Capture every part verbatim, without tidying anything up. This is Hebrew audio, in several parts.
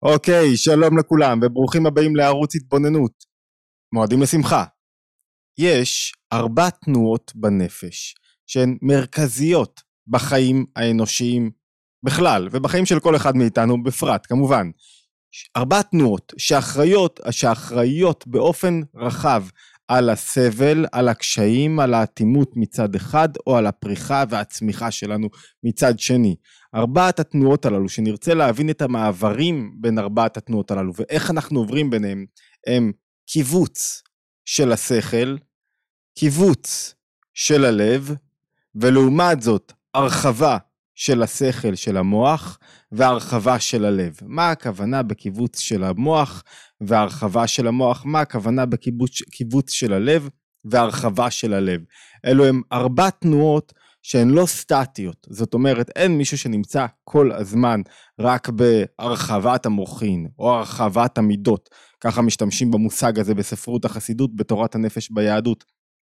אוקיי, שלום לכולם וברוכים הבאים לערוץ התבוננות. מועדים לשמחה. יש ארבע תנועות בנפש שהן מרכזיות בחיים האנושיים בכלל ובחיים של כל אחד מאיתנו בפרט כמובן. ארבע תנועות שאחראיות, שאחראיות באופן רחב על הסבל, על הקשיים, על האטימות מצד אחד או על הפריחה והצמיחה שלנו מצד שני. ארבעת התנועות הללו שנרצה להבין את המעברים בין ארבעת התנועות הללו ואיך אנחנו עוברים ביניהם הם קיבוץ של השכל, קיבוץ של הלב ולעומת זאת הרחבה של השכל של המוח והרחבה של הלב. מה הכוונה בקיבוץ של המוח והרחבה של המוח? מה הכוונה בקיבוץ קיבוץ של הלב והרחבה של הלב? אלו הם ארבע תנועות שהן לא סטטיות, זאת אומרת אין מישהו שנמצא כל הזמן רק בהרחבת המוחין או הרחבת המידות, ככה משתמשים במושג הזה בספרות החסידות, בתורת הנפש ביהדות.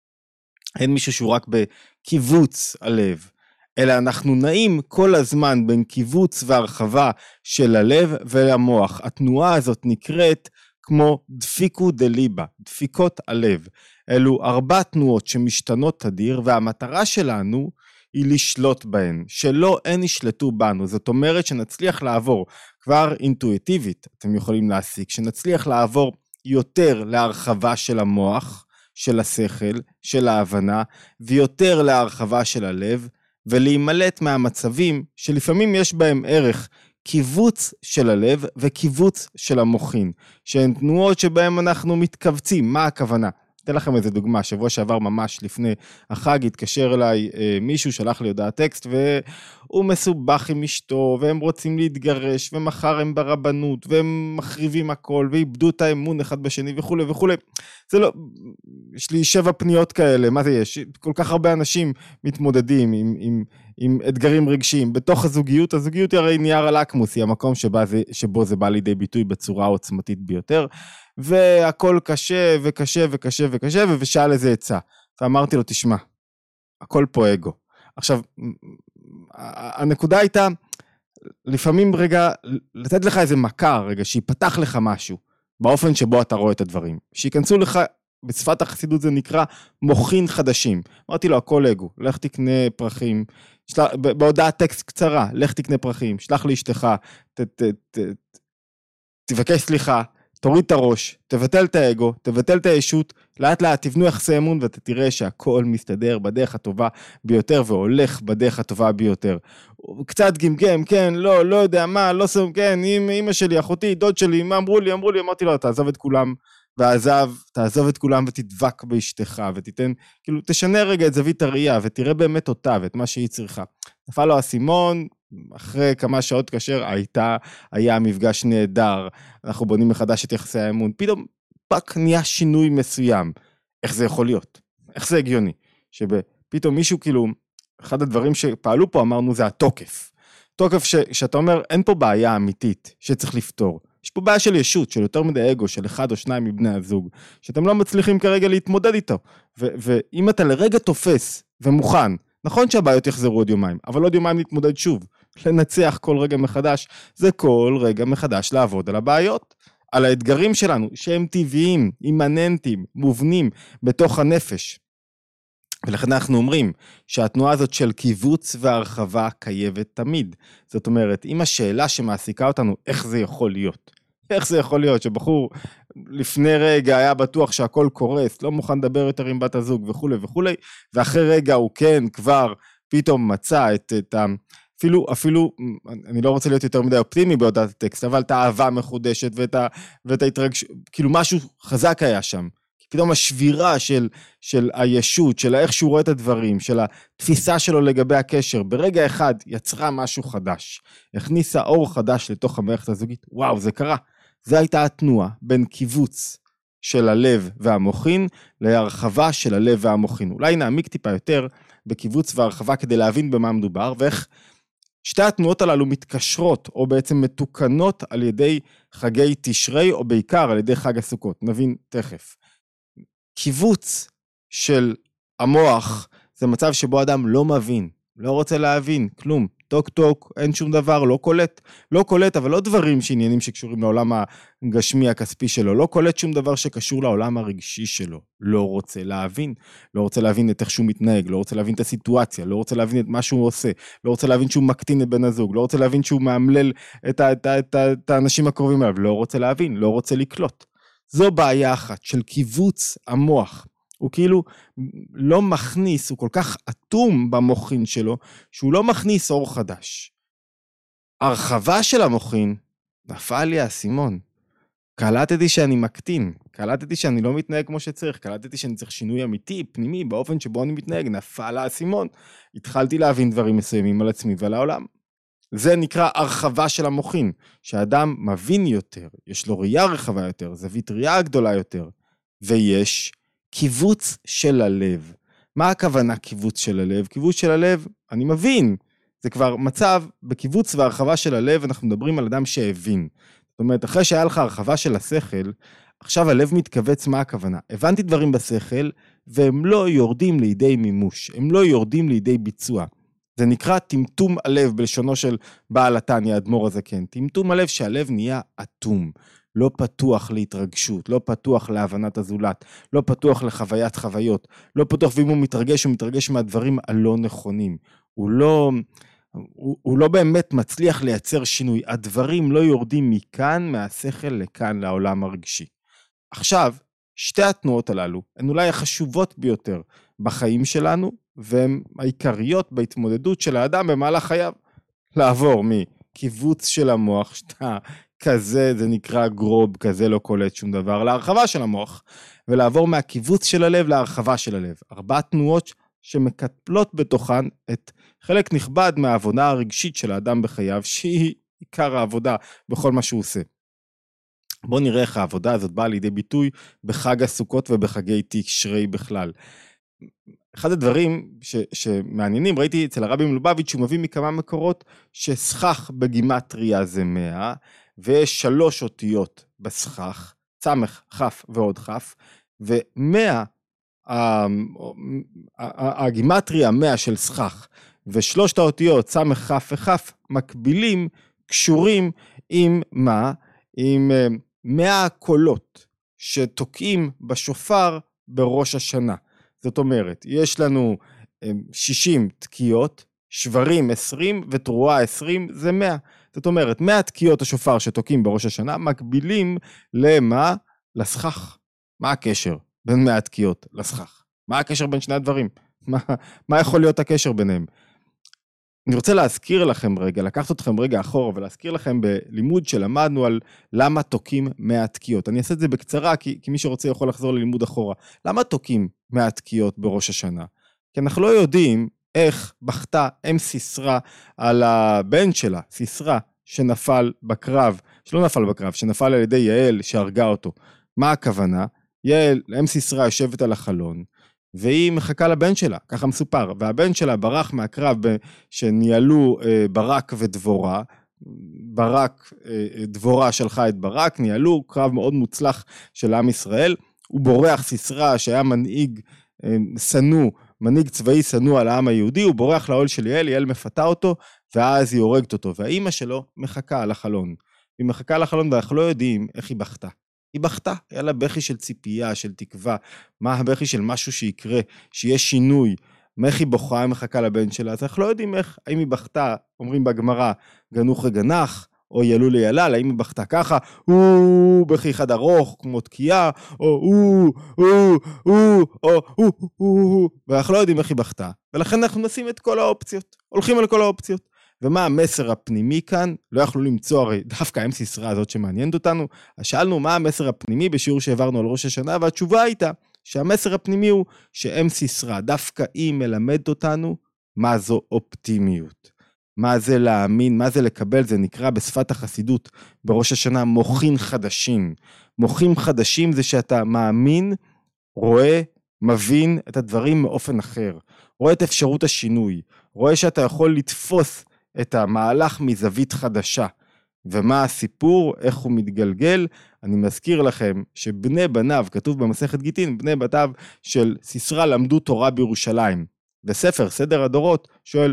אין מישהו שהוא רק בקיבוץ הלב, אלא אנחנו נעים כל הזמן בין קיבוץ והרחבה של הלב ולמוח. התנועה הזאת נקראת כמו דפיקו דליבה, דפיקות הלב. אלו ארבע תנועות שמשתנות תדיר והמטרה שלנו היא לשלוט בהן, שלא הן ישלטו בנו. זאת אומרת שנצליח לעבור כבר אינטואיטיבית, אתם יכולים להסיק, שנצליח לעבור יותר להרחבה של המוח, של השכל, של ההבנה, ויותר להרחבה של הלב, ולהימלט מהמצבים שלפעמים יש בהם ערך קיבוץ של הלב וקיבוץ של המוחין, שהן תנועות שבהם אנחנו מתכווצים. מה הכוונה? אתן לכם איזה דוגמה, שבוע שעבר ממש לפני החג התקשר אליי אה, מישהו, שלח לי הודעת טקסט והוא מסובך עם אשתו והם רוצים להתגרש ומחר הם ברבנות והם מחריבים הכל ואיבדו את האמון אחד בשני וכו' וכו'. זה לא, יש לי שבע פניות כאלה, מה זה יש? כל כך הרבה אנשים מתמודדים עם, עם, עם אתגרים רגשיים בתוך הזוגיות. הזוגיות היא הרי נייר הלקמוס, היא המקום שבה זה, שבו זה בא לידי ביטוי בצורה העוצמתית ביותר. והכל קשה וקשה וקשה וקשה ושאל איזה עצה. ואמרתי לו, תשמע, הכל פה אגו. עכשיו, הנקודה הייתה, לפעמים רגע, לתת לך איזה מכר, רגע, שיפתח לך משהו, באופן שבו אתה רואה את הדברים. שיכנסו לך, בשפת החסידות זה נקרא מוחין חדשים. אמרתי לו, הכל אגו, לך תקנה פרחים, שלח, בהודעת טקסט קצרה, לך תקנה פרחים, שלח לאשתך, ת, ת, ת, תבקש סליחה, תוריד את הראש, תבטל את האגו, תבטל את הישות, לאט לאט תבנו יחסי אמון ואתה תראה שהכל מסתדר בדרך הטובה ביותר והולך בדרך הטובה ביותר. קצת גמגם, כן, לא, לא יודע מה, לא סום, כן, אמא שלי, אחותי, דוד שלי, מה אמרו לי, אמרו לי, אמרתי לו, תעזוב את כולם, ועזב, תעזוב את כולם ותדבק באשתך, ותיתן, כאילו, תשנה רגע את זווית הראייה, ותראה באמת אותה, ואת מה שהיא צריכה. נפל לו הסימון, אחרי כמה שעות כאשר הייתה, היה מפגש נהדר, אנחנו בונים מחדש את יחסי האמון, פתאום פק נהיה שינוי מסוים. איך זה יכול להיות? איך זה הגיוני? שפתאום מישהו כאילו, אחד הדברים שפעלו פה אמרנו זה התוקף. תוקף ש, שאתה אומר אין פה בעיה אמיתית שצריך לפתור. יש פה בעיה של ישות, של יותר מדי אגו, של אחד או שניים מבני הזוג, שאתם לא מצליחים כרגע להתמודד איתו. ו, ואם אתה לרגע תופס ומוכן, נכון שהבעיות יחזרו עוד יומיים, אבל עוד יומיים להתמודד שוב. לנצח כל רגע מחדש, זה כל רגע מחדש לעבוד על הבעיות, על האתגרים שלנו, שהם טבעיים, אימננטיים, מובנים בתוך הנפש. ולכן אנחנו אומרים שהתנועה הזאת של קיבוץ והרחבה קיימת תמיד. זאת אומרת, אם השאלה שמעסיקה אותנו, איך זה יכול להיות? איך זה יכול להיות שבחור לפני רגע היה בטוח שהכל קורס, לא מוכן לדבר יותר עם בת הזוג וכו' וכו', ואחרי רגע הוא כן כבר פתאום מצא את, את ה... אפילו, אפילו, אני לא רוצה להיות יותר מדי אופטימי בהודעת הטקסט, אבל את האהבה מחודשת ואת, ה, ואת ההתרגש... כאילו משהו חזק היה שם. פתאום השבירה של, של הישות, של איך שהוא רואה את הדברים, של התפיסה שלו לגבי הקשר, ברגע אחד יצרה משהו חדש, הכניסה אור חדש לתוך המערכת הזוגית, וואו, זה קרה. זו הייתה התנועה בין קיבוץ של הלב והמוחין, להרחבה של הלב והמוחין. אולי נעמיק טיפה יותר בקיבוץ והרחבה כדי להבין במה מדובר, ואיך שתי התנועות הללו מתקשרות, או בעצם מתוקנות על ידי חגי תשרי, או בעיקר על ידי חג הסוכות. נבין תכף. קיבוץ של המוח זה מצב שבו אדם לא מבין, לא רוצה להבין כלום, טוק טוק, אין שום דבר, לא קולט, לא קולט, אבל לא דברים שעניינים שקשורים לעולם הגשמי הכספי שלו, לא קולט שום דבר שקשור לעולם הרגשי שלו, לא רוצה להבין, לא רוצה להבין את איך שהוא מתנהג, לא רוצה להבין את הסיטואציה, לא רוצה להבין את מה שהוא עושה, לא רוצה להבין שהוא מקטין את בן הזוג, לא רוצה להבין שהוא מאמלל את, ה, את, ה, את, ה, את האנשים הקרובים אליו, לא רוצה להבין, לא רוצה לקלוט. זו בעיה אחת של קיבוץ המוח. הוא כאילו לא מכניס, הוא כל כך אטום במוחין שלו, שהוא לא מכניס אור חדש. הרחבה של המוחין, נפל לי האסימון. קלטתי שאני מקטין, קלטתי שאני לא מתנהג כמו שצריך, קלטתי שאני צריך שינוי אמיתי, פנימי, באופן שבו אני מתנהג, נפל האסימון. התחלתי להבין דברים מסוימים על עצמי ועל העולם. זה נקרא הרחבה של המוחין, שהאדם מבין יותר, יש לו ראייה רחבה יותר, זווית ראייה גדולה יותר, ויש קיבוץ של הלב. מה הכוונה קיבוץ של הלב? קיבוץ של הלב, אני מבין, זה כבר מצב, בקיבוץ והרחבה של הלב, אנחנו מדברים על אדם שהבין. זאת אומרת, אחרי שהיה לך הרחבה של השכל, עכשיו הלב מתכווץ, מה הכוונה? הבנתי דברים בשכל, והם לא יורדים לידי מימוש, הם לא יורדים לידי ביצוע. זה נקרא טמטום הלב, בלשונו של בעל התניא, אדמו"ר הזקן. טמטום הלב שהלב נהיה אטום, לא פתוח להתרגשות, לא פתוח להבנת הזולת, לא פתוח לחוויית חוויות, לא פתוח, ואם הוא מתרגש, הוא מתרגש מהדברים הלא נכונים. הוא לא, הוא, הוא לא באמת מצליח לייצר שינוי. הדברים לא יורדים מכאן, מהשכל לכאן, לעולם הרגשי. עכשיו, שתי התנועות הללו, הן אולי החשובות ביותר בחיים שלנו, והן העיקריות בהתמודדות של האדם במהלך חייו. לעבור מקיבוץ של המוח, שאתה כזה, זה נקרא גרוב, כזה לא קולט שום דבר, להרחבה של המוח, ולעבור מהקיבוץ של הלב להרחבה של הלב. ארבע תנועות שמקפלות בתוכן את חלק נכבד מהעבודה הרגשית של האדם בחייו, שהיא עיקר העבודה בכל מה שהוא עושה. בואו נראה איך העבודה הזאת באה לידי ביטוי בחג הסוכות ובחגי תשרי בכלל. אחד הדברים ש, שמעניינים, ראיתי אצל הרבי מלובביץ' שהוא מביא מכמה מקורות שסכך בגימטריה זה מאה, ויש שלוש אותיות בסכך, צמח, כף ועוד כף, ומאה, הגימטריה מאה של סכך, ושלושת האותיות צמח, כף וכף, מקבילים, קשורים עם מה? עם מאה קולות שתוקעים בשופר בראש השנה. זאת אומרת, יש לנו שישים תקיעות, שברים עשרים ותרועה עשרים, זה מאה. זאת אומרת, מאה תקיעות השופר שתוקעים בראש השנה, מקבילים למה? לסכך. מה הקשר בין מאה תקיעות לסכך? מה הקשר בין שני הדברים? מה, מה יכול להיות הקשר ביניהם? אני רוצה להזכיר לכם רגע, לקחת אתכם רגע אחורה, ולהזכיר לכם בלימוד שלמדנו על למה תוקים מאה תקיעות. אני אעשה את זה בקצרה, כי, כי מי שרוצה יכול לחזור ללימוד אחורה. למה תוקים מאה תקיעות בראש השנה? כי אנחנו לא יודעים איך בכתה אם סיסרא על הבן שלה, סיסרא שנפל בקרב, שלא נפל בקרב, שנפל על ידי יעל שהרגה אותו. מה הכוונה? יעל, אם סיסרא יושבת על החלון, והיא מחכה לבן שלה, ככה מסופר, והבן שלה ברח מהקרב שניהלו ברק ודבורה, ברק, דבורה שלחה את ברק, ניהלו קרב מאוד מוצלח של עם ישראל, הוא בורח סיסרא שהיה מנהיג סנו, מנהיג צבאי סנו על העם היהודי, הוא בורח לאוהל של יעל, יעל מפתה אותו, ואז היא הורגת אותו, והאימא שלו מחכה על החלון, היא מחכה על החלון ואנחנו לא יודעים איך היא בכתה. היא בכתה, היה לה בכי של ציפייה, של תקווה, מה הבכי של משהו שיקרה, שיהיה שינוי, איך היא בוכה, היא מחכה לבן שלה, אז אנחנו לא יודעים איך, האם היא בכתה, אומרים בגמרא, גנוך וגנח, או ילו לילל, האם היא בכתה ככה, או בכי אחד ארוך, כמו תקיעה, או או, או, או, או, או, או, ואנחנו לא יודעים איך היא בכתה, ולכן אנחנו נשים את כל האופציות, הולכים על כל האופציות. ומה המסר הפנימי כאן? לא יכלו למצוא, הרי דווקא אם סיסרא הזאת שמעניינת אותנו, אז שאלנו מה המסר הפנימי בשיעור שהעברנו על ראש השנה, והתשובה הייתה שהמסר הפנימי הוא שאם סיסרא, דווקא היא מלמדת אותנו מה זו אופטימיות. מה זה להאמין, מה זה לקבל, זה נקרא בשפת החסידות בראש השנה מוחין חדשים. מוחים חדשים זה שאתה מאמין, רואה, מבין את הדברים מאופן אחר, רואה את אפשרות השינוי, רואה שאתה יכול לתפוס את המהלך מזווית חדשה. ומה הסיפור, איך הוא מתגלגל? אני מזכיר לכם שבני בניו, כתוב במסכת גיטין, בני בניו של סיסרא למדו תורה בירושלים. וספר סדר הדורות שואל,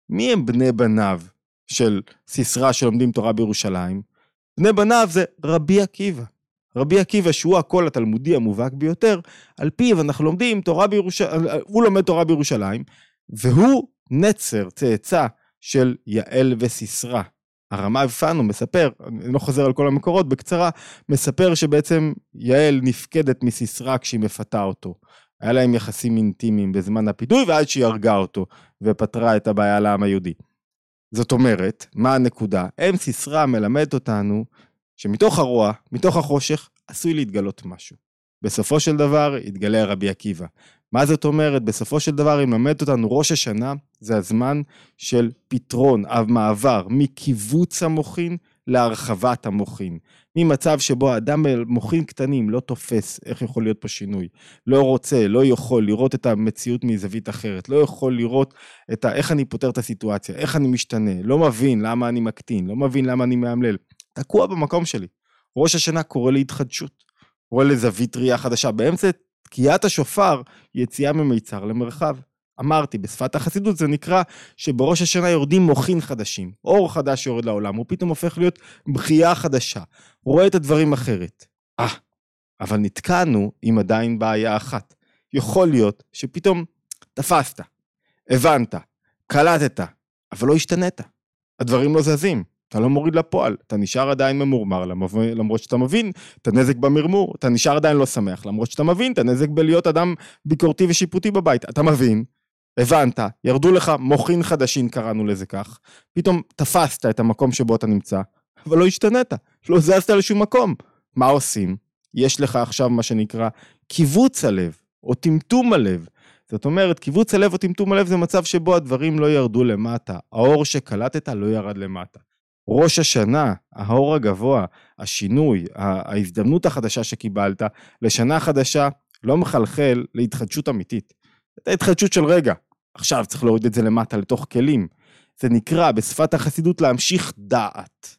מי הם בני בניו של סיסרא שלומדים תורה בירושלים? בני בניו זה רבי עקיבא. רבי עקיבא שהוא הקול התלמודי המובהק ביותר, על פיו אנחנו לומדים תורה בירושלים, הוא לומד תורה בירושלים, והוא נצר, צאצא של יעל וסיסרא. הרמ"א פנו מספר, אני לא חוזר על כל המקורות, בקצרה, מספר שבעצם יעל נפקדת מסיסרא כשהיא מפתה אותו. היה להם יחסים אינטימיים בזמן הפיתוי, ועד שהיא הרגה אותו ופתרה את הבעיה לעם היהודי. זאת אומרת, מה הנקודה? אם סיסרא מלמד אותנו שמתוך הרוע, מתוך החושך, עשוי להתגלות משהו. בסופו של דבר, יתגלה רבי עקיבא. מה זאת אומרת? בסופו של דבר, אם מלמד אותנו ראש השנה, זה הזמן של פתרון, מעבר, מקיבוץ המוחין להרחבת המוחין. ממצב שבו האדם במוחין קטנים לא תופס איך יכול להיות פה שינוי, לא רוצה, לא יכול לראות את המציאות מזווית אחרת, לא יכול לראות את ה, איך אני פותר את הסיטואציה, איך אני משתנה, לא מבין למה אני מקטין, לא מבין למה אני מאמלל, תקוע במקום שלי. ראש השנה קורא להתחדשות, קורא לזווית ראייה חדשה, באמצע תקיעת השופר, יציאה ממיצר למרחב. אמרתי, בשפת החסידות זה נקרא שבראש השנה יורדים מוחין חדשים, אור חדש יורד לעולם, הוא פתאום הופך להיות בחייה חדשה, רואה את הדברים אחרת. אה, אבל נתקענו עם עדיין בעיה אחת. יכול להיות שפתאום תפסת, הבנת, קלטת, אבל לא השתנית. הדברים לא זזים, אתה לא מוריד לפועל, אתה נשאר עדיין ממורמר, למרות שאתה מבין את הנזק במרמור, אתה נשאר עדיין לא שמח, למרות שאתה מבין את הנזק בלהיות אדם ביקורתי ושיפוטי בבית, אתה מבין, הבנת, ירדו לך מוחין חדשים, קראנו לזה כך, פתאום תפסת את המקום שבו אתה נמצא, אבל לא השתנית, לא זזת לשום מקום. מה עושים? יש לך עכשיו מה שנקרא קיבוץ הלב, או טמטום הלב. זאת אומרת, קיבוץ הלב או טמטום הלב זה מצב שבו הדברים לא ירדו למטה, האור שקלטת לא ירד למטה. ראש השנה, האור הגבוה, השינוי, ההזדמנות החדשה שקיבלת, לשנה חדשה לא מחלחל להתחדשות אמיתית. את ההתחדשות של רגע, עכשיו צריך להוריד את זה למטה לתוך כלים. זה נקרא בשפת החסידות להמשיך דעת.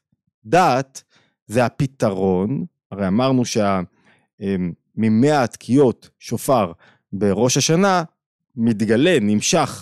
דעת זה הפתרון, הרי אמרנו שממאה התקיעות שופר בראש השנה, מתגלה, נמשך,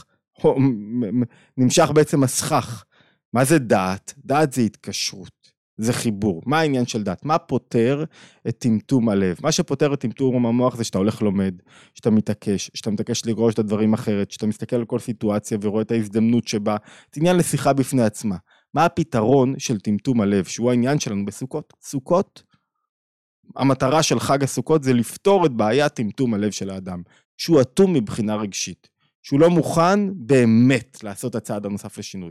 נמשך בעצם הסכך. מה זה דעת? דעת זה התקשרות, זה חיבור. מה העניין של דעת? מה פותר את טמטום הלב? מה שפותר את טמטום המוח זה שאתה הולך לומד, שאתה מתעקש, שאתה מתעקש לגרוש את הדברים אחרת, שאתה מסתכל על כל סיטואציה ורואה את ההזדמנות שבה, זה עניין לשיחה בפני עצמה. מה הפתרון של טמטום הלב, שהוא העניין שלנו בסוכות? סוכות, המטרה של חג הסוכות זה לפתור את בעיית טמטום הלב של האדם, שהוא אטום מבחינה רגשית, שהוא לא מוכן באמת לעשות הצעד הנוסף לשינוי.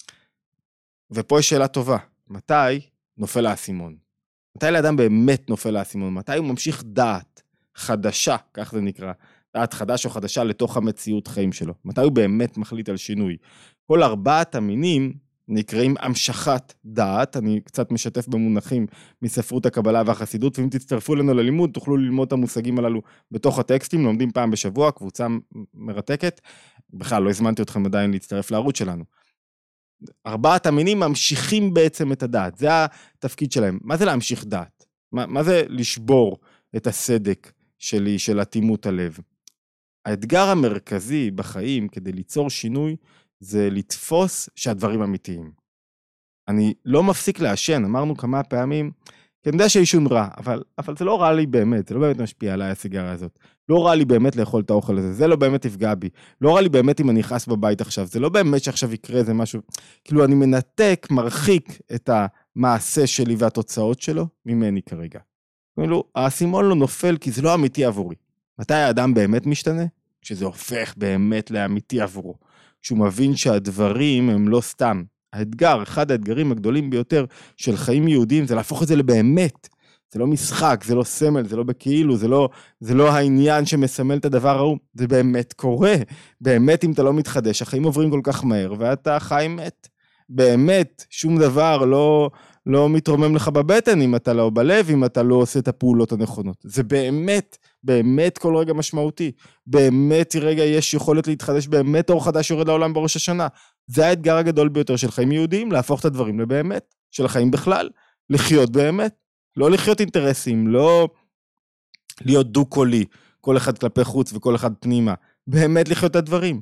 ופה יש שאלה טובה, מתי נופל האסימון? מתי לאדם באמת נופל האסימון? מתי הוא ממשיך דעת חדשה, כך זה נקרא, דעת חדש או חדשה לתוך המציאות חיים שלו? מתי הוא באמת מחליט על שינוי? כל ארבעת המינים נקראים המשכת דעת, אני קצת משתף במונחים מספרות הקבלה והחסידות, ואם תצטרפו לנו ללימוד, תוכלו ללמוד את המושגים הללו בתוך הטקסטים, לומדים פעם בשבוע, קבוצה מרתקת, בכלל לא הזמנתי אתכם עדיין להצטרף לערוץ שלנו. ארבעת המינים ממשיכים בעצם את הדעת, זה התפקיד שלהם. מה זה להמשיך דעת? מה, מה זה לשבור את הסדק שלי, של אטימות הלב? האתגר המרכזי בחיים כדי ליצור שינוי, זה לתפוס שהדברים אמיתיים. אני לא מפסיק לעשן, אמרנו כמה פעמים, כי אני יודע שעישון רע, אבל, אבל זה לא רע לי באמת, זה לא באמת משפיע עליי הסיגריה הזאת. לא רע לי באמת לאכול את האוכל הזה, זה לא באמת יפגע בי. לא רע לי באמת אם אני נכנס בבית עכשיו, זה לא באמת שעכשיו יקרה איזה משהו. כאילו אני מנתק, מרחיק את המעשה שלי והתוצאות שלו ממני כרגע. כאילו, האסימון לא נופל כי זה לא אמיתי עבורי. מתי האדם באמת משתנה? כשזה הופך באמת לאמיתי עבורו. כשהוא מבין שהדברים הם לא סתם. האתגר, אחד האתגרים הגדולים ביותר של חיים יהודיים, זה להפוך את זה לבאמת. זה לא משחק, זה לא סמל, זה לא בכאילו, זה לא, זה לא העניין שמסמל את הדבר ההוא, זה באמת קורה. באמת אם אתה לא מתחדש, החיים עוברים כל כך מהר, ואתה חי מת. באמת, שום דבר לא, לא מתרומם לך בבטן, אם אתה לא בלב, אם אתה לא עושה את הפעולות הנכונות. זה באמת, באמת כל רגע משמעותי. באמת רגע יש יכולת להתחדש, באמת אור חדש יורד לעולם בראש השנה. זה האתגר הגדול ביותר של חיים יהודיים, להפוך את הדברים לבאמת, של החיים בכלל, לחיות באמת, לא לחיות אינטרסים, לא להיות דו-קולי, כל אחד כלפי חוץ וכל אחד פנימה, באמת לחיות את הדברים.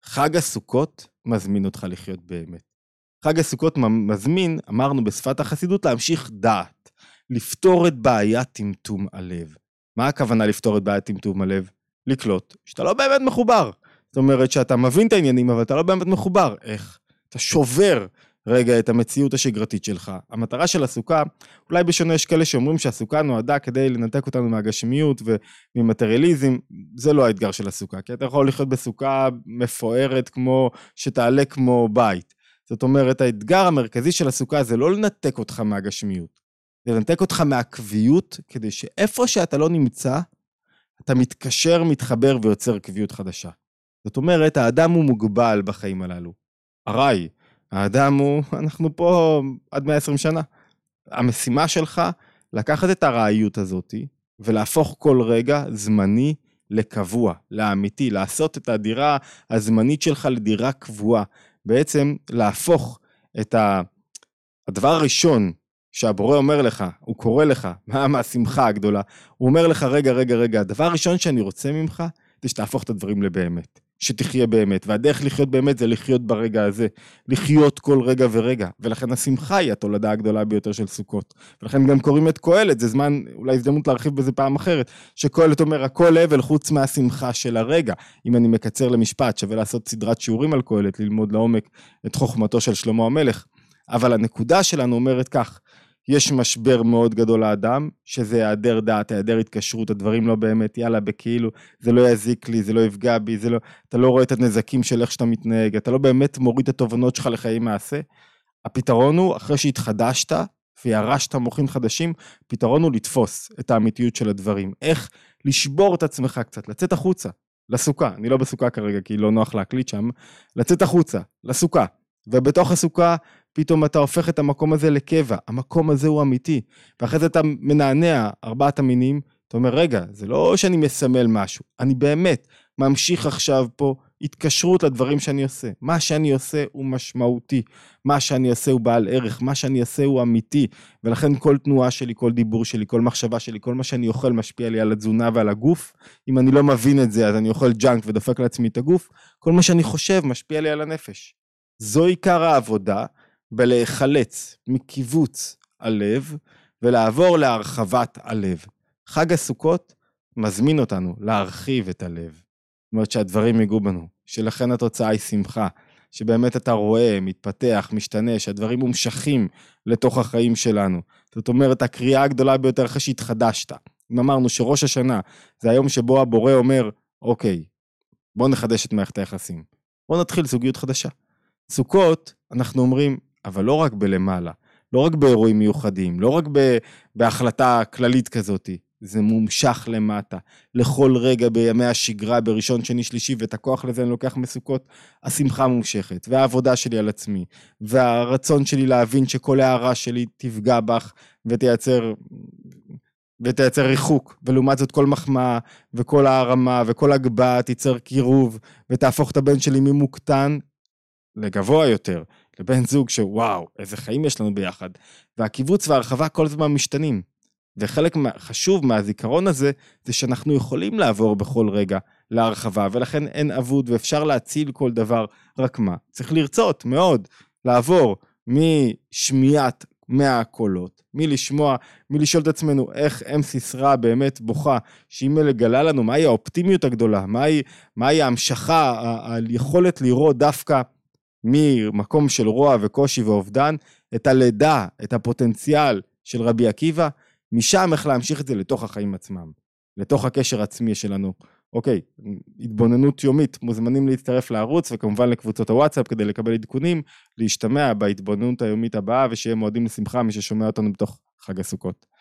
חג הסוכות מזמין אותך לחיות באמת. חג הסוכות מזמין, אמרנו בשפת החסידות, להמשיך דעת, לפתור את בעיית טמטום הלב. מה הכוונה לפתור את בעיית טמטום הלב? לקלוט שאתה לא באמת מחובר. זאת אומרת שאתה מבין את העניינים, אבל אתה לא באמת מחובר. איך? אתה שובר רגע את המציאות השגרתית שלך. המטרה של הסוכה, אולי בשונה יש כאלה שאומרים שהסוכה נועדה כדי לנתק אותנו מהגשמיות וממטריאליזם, זה לא האתגר של הסוכה, כי אתה יכול לחיות בסוכה מפוארת כמו, שתעלה כמו בית. זאת אומרת, האתגר המרכזי של הסוכה זה לא לנתק אותך מהגשמיות, זה לנתק אותך מהקביעות, כדי שאיפה שאתה לא נמצא, אתה מתקשר, מתחבר ויוצר קביעות חדשה. זאת אומרת, האדם הוא מוגבל בחיים הללו. הרי, האדם הוא, אנחנו פה עד מאה ועשרים שנה. המשימה שלך, לקחת את הרעיות הזאת, ולהפוך כל רגע זמני לקבוע, לאמיתי, לעשות את הדירה הזמנית שלך לדירה קבועה. בעצם להפוך את ה... הדבר הראשון שהבורא אומר לך, הוא קורא לך, מה מהשמחה הגדולה, הוא אומר לך, רגע, רגע, רגע, הדבר הראשון שאני רוצה ממך, זה שתהפוך את הדברים לבאמת, שתחיה באמת, והדרך לחיות באמת זה לחיות ברגע הזה, לחיות כל רגע ורגע, ולכן השמחה היא התולדה הגדולה ביותר של סוכות, ולכן גם קוראים את קהלת, זה זמן, אולי הזדמנות להרחיב בזה פעם אחרת, שקהלת אומר, הכל הבל חוץ מהשמחה של הרגע, אם אני מקצר למשפט, שווה לעשות סדרת שיעורים על קהלת, ללמוד לעומק את חוכמתו של שלמה המלך, אבל הנקודה שלנו אומרת כך, יש משבר מאוד גדול לאדם, שזה היעדר דעת, היעדר התקשרות, הדברים לא באמת, יאללה, בכאילו, זה לא יזיק לי, זה לא יפגע בי, זה לא, אתה לא רואה את הנזקים של איך שאתה מתנהג, אתה לא באמת מוריד את התובנות שלך לחיי מעשה. הפתרון הוא, אחרי שהתחדשת וירשת מוחים חדשים, הפתרון הוא לתפוס את האמיתיות של הדברים. איך לשבור את עצמך קצת, לצאת החוצה, לסוכה, אני לא בסוכה כרגע, כי לא נוח להקליט שם, לצאת החוצה, לסוכה, ובתוך הסוכה, פתאום אתה הופך את המקום הזה לקבע, המקום הזה הוא אמיתי, ואחרי זה אתה מנענע ארבעת המינים, אתה אומר, רגע, זה לא שאני מסמל משהו, אני באמת ממשיך עכשיו פה התקשרות לדברים שאני עושה, מה שאני עושה הוא משמעותי, מה שאני עושה הוא בעל ערך, מה שאני עושה הוא אמיתי, ולכן כל תנועה שלי, כל דיבור שלי, כל מחשבה שלי, כל מה שאני אוכל משפיע לי על התזונה ועל הגוף, אם אני לא מבין את זה, אז אני אוכל ג'אנק ודופק לעצמי את הגוף, כל מה שאני חושב משפיע לי על הנפש. זו עיקר העבודה, בלהיחלץ מקיבוץ הלב, ולעבור להרחבת הלב. חג הסוכות מזמין אותנו להרחיב את הלב. זאת אומרת שהדברים יגעו בנו, שלכן התוצאה היא שמחה, שבאמת אתה רואה, מתפתח, משתנה, שהדברים מומשכים לתוך החיים שלנו. זאת אומרת, הקריאה הגדולה ביותר אחרי שהתחדשת. אם אמרנו שראש השנה זה היום שבו הבורא אומר, אוקיי, בוא נחדש את מערכת היחסים. בוא נתחיל סוגיות חדשה. סוכות, אנחנו אומרים, אבל לא רק בלמעלה, לא רק באירועים מיוחדים, לא רק בהחלטה כללית כזאת, זה מומשך למטה, לכל רגע בימי השגרה, בראשון, שני, שלישי, ואת הכוח לזה אני לוקח מסוכות, השמחה מומשכת, והעבודה שלי על עצמי, והרצון שלי להבין שכל הערה שלי תפגע בך, ותייצר, ותייצר ריחוק, ולעומת זאת כל מחמאה, וכל הערמה, וכל הגבעה תייצר קירוב, ותהפוך את הבן שלי ממוקטן, לגבוה יותר, לבן זוג שוואו, איזה חיים יש לנו ביחד, והקיבוץ וההרחבה כל הזמן משתנים, וחלק חשוב מהזיכרון הזה, זה שאנחנו יכולים לעבור בכל רגע להרחבה, ולכן אין עבוד ואפשר להציל כל דבר, רק מה? צריך לרצות מאוד, לעבור משמיעת מהקולות, מלשמוע, מלשאול את עצמנו איך אם סיסרא באמת בוכה, שהיא מגלה לנו מהי האופטימיות הגדולה, מהי, מהי ההמשכה, היכולת לראות דווקא ממקום של רוע וקושי ואובדן, את הלידה, את הפוטנציאל של רבי עקיבא, משם איך להמשיך את זה לתוך החיים עצמם, לתוך הקשר עצמי שלנו. אוקיי, התבוננות יומית, מוזמנים להצטרף לערוץ, וכמובן לקבוצות הוואטסאפ כדי לקבל עדכונים, להשתמע בהתבוננות היומית הבאה, ושיהיה מועדים לשמחה מי ששומע אותנו בתוך חג הסוכות.